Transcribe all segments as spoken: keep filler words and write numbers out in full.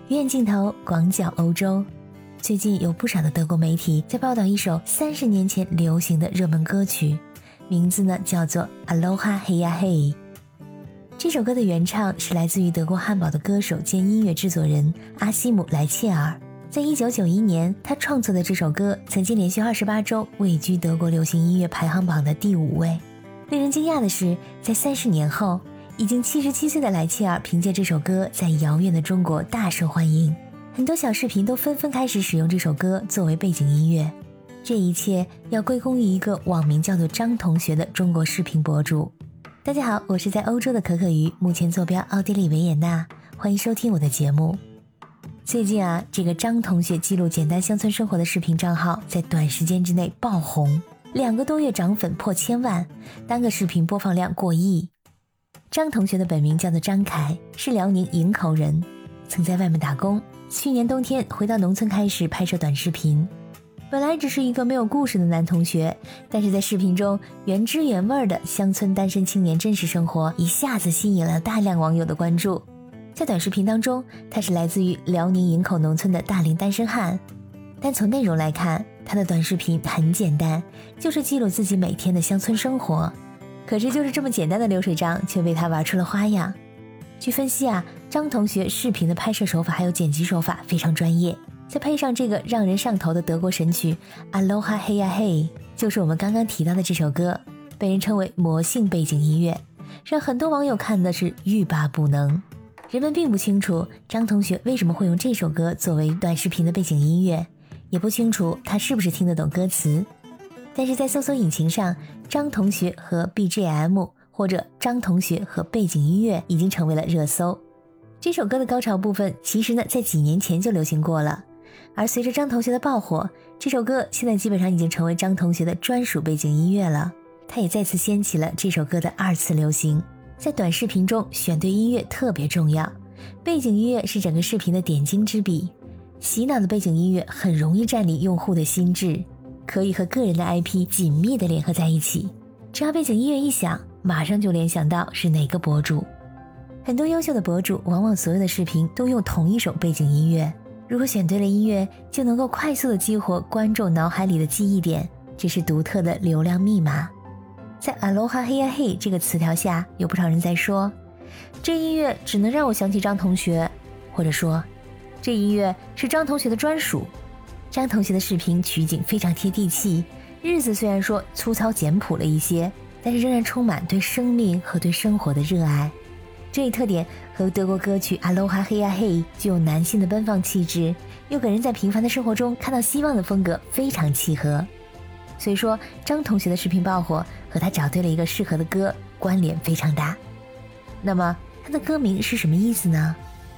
远远镜头广角欧洲。最近有不少的德国媒体在报道一首三十年前流行的热门歌曲，名字呢叫做 Aloha Hey Ya Hey。 这首歌的原唱是来自于德国汉堡的歌手兼音乐制作人阿西姆莱切尔。在一九九一年，他创作的这首歌曾经连续二十八周位居德国流行音乐排行榜的第五位。令人惊讶的是，在三十年后，已经七十七岁的莱切尔凭借这首歌在遥远的中国大受欢迎，很多小视频都纷纷开始使用这首歌作为背景音乐。这一切要归功于一个网名叫做张同学的中国视频博主。大家好，我是在欧洲的可可鱼，目前坐标奥地利维也纳，欢迎收听我的节目。最近啊，这个张同学记录简单乡村生活的视频账号在短时间之内爆红，两个多月涨粉破千万，单个视频播放量过亿。张同学的本名叫做张凯，是辽宁营口人，曾在外面打工，去年冬天回到农村开始拍摄短视频。本来只是一个没有故事的男同学，但是在视频中原汁原味的乡村单身青年真实生活一下子吸引了大量网友的关注。在短视频当中，他是来自于辽宁营口农村的大龄单身汉，但从内容来看，他的短视频很简单，就是记录自己每天的乡村生活。可是就是这么简单的流水账却被他玩出了花样。据分析啊，张同学视频的拍摄手法还有剪辑手法非常专业，再配上这个让人上头的德国神曲 Aloha Hey Ya Hey， 就是我们刚刚提到的这首歌，被人称为魔性背景音乐，让很多网友看的是欲罢不能。人们并不清楚张同学为什么会用这首歌作为短视频的背景音乐，也不清楚他是不是听得懂歌词。但是在搜索引擎上，张同学和 B G M 或者张同学和背景音乐已经成为了热搜。这首歌的高潮部分其实呢在几年前就流行过了，而随着张同学的爆火，这首歌现在基本上已经成为张同学的专属背景音乐了。他也再次掀起了这首歌的二次流行。在短视频中选对音乐特别重要，背景音乐是整个视频的点睛之笔，洗脑的背景音乐很容易占领用户的心智，可以和个人的 I P 紧密地联合在一起，只要背景音乐一响，马上就联想到是哪个博主。很多优秀的博主往往所有的视频都用同一首背景音乐，如果选对了音乐，就能够快速地激活观众脑海里的记忆点，这是独特的流量密码。在 Aloha Hey Ya Hey 这个词条下，有不少人在说，这音乐只能让我想起张同学，或者说这音乐是张同学的专属。张同学的视频取景非常贴地气，日子虽然说粗糙简朴了一些，但是仍然充满对生命和对生活的热爱。这一特点和德国歌曲 Aloha Hey Ya Hey 具有男性的奔放气质，又给人在平凡的生活中看到希望的风格非常契合。所以说张同学的视频爆火和他找对了一个适合的歌关联非常大。那么他的歌名是什么意思呢？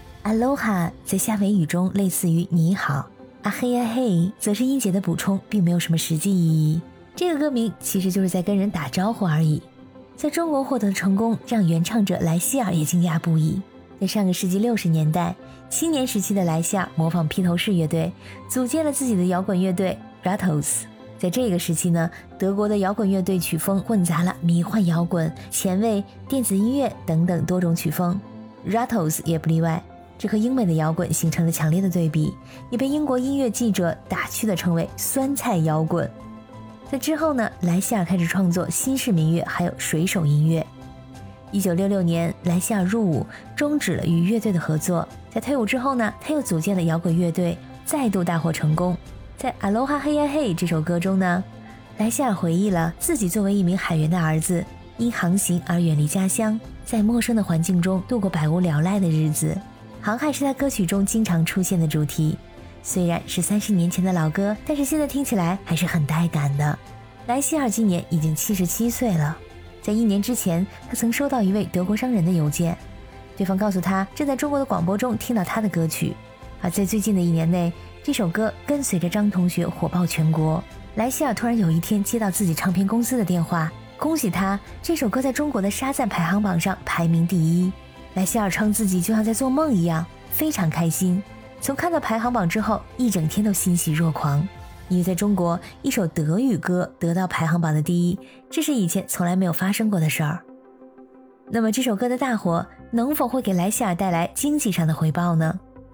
Aloha 在夏威语中类似于你好，啊嘿呀嘿则是音节的补充，并没有什么实际意义。这个歌名其实就是在跟人打招呼而已。在中国获得的成功让原唱者莱希尔也惊讶不已。在上个世纪六十年代，青年时期的莱希尔模仿披头士乐队，组建了自己的摇滚乐队 Rattos。在这个时期呢，德国的摇滚乐队曲风混杂了迷幻摇滚、前卫、电子音乐等等多种曲风， Rattos 也不例外。这和英美的摇滚形成了强烈的对比，也被英国音乐记者打趣地称为酸菜摇滚。在之后呢，莱希尔开始创作新式民乐还有水手音乐。一九六六年，莱希尔入伍，终止了与乐队的合作。在退伍之后呢，他又组建了摇滚乐队，再度大获成功。在 Aloha Hey Ya Hey 这首歌中呢，莱希尔回忆了自己作为一名海员的儿子，因航行而远离家乡，在陌生的环境中度过百无聊赖的日子。航海是他歌曲中经常出现的主题，虽然是三十年前的老歌，但是现在听起来还是很带感的。莱希尔今年已经七十七岁了，在一年之前，他曾收到一位德国商人的邮件，对方告诉他正在中国的广播中听到他的歌曲，而在最近的一年内，这首歌跟随着张同学火爆全国。莱希尔突然有一天接到自己唱片公司的电话，恭喜他这首歌在中国的沙赞排行榜上排名第一。莱希尔称自己就像在做梦一样，非常开心。从看到排行榜之后，一整天都欣喜若狂，因为在中国一首德语歌得到排行榜的第一，这是以前从来没有发生过的事儿。那么这首歌的大火能否会给莱希尔带来经济上的回报呢？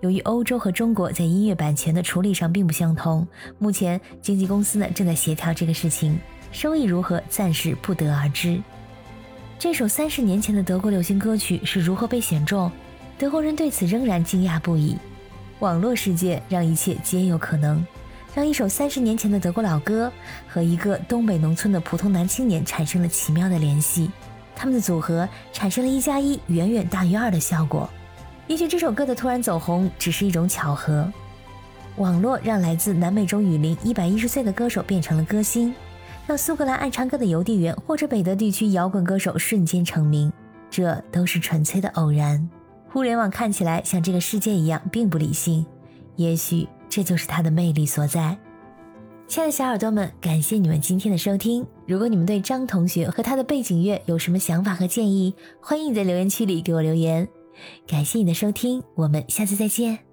由于欧洲和中国在音乐版权的处理上并不相同，目前经纪公司呢正在协调这个事情，收益如何暂时不得而知。这首三十年前的德国流行歌曲是如何被选中，德国人对此仍然惊讶不已。网络世界让一切皆有可能，让一首三十年前的德国老歌和一个东北农村的普通男青年产生了奇妙的联系，他们的组合产生了一加一远远大于二的效果。也许这首歌的突然走红只是一种巧合。网络让来自南美洲雨林一百一十岁的歌手变成了歌星，让苏格兰爱唱歌的邮递员或者北德地区摇滚歌手瞬间成名，这都是纯粹的偶然。互联网看起来像这个世界一样并不理性，也许这就是它的魅力所在。亲爱的小耳朵们，感谢你们今天的收听。如果你们对张同学和他的背景乐有什么想法和建议，欢迎你在留言区里给我留言。感谢你的收听，我们下次再见。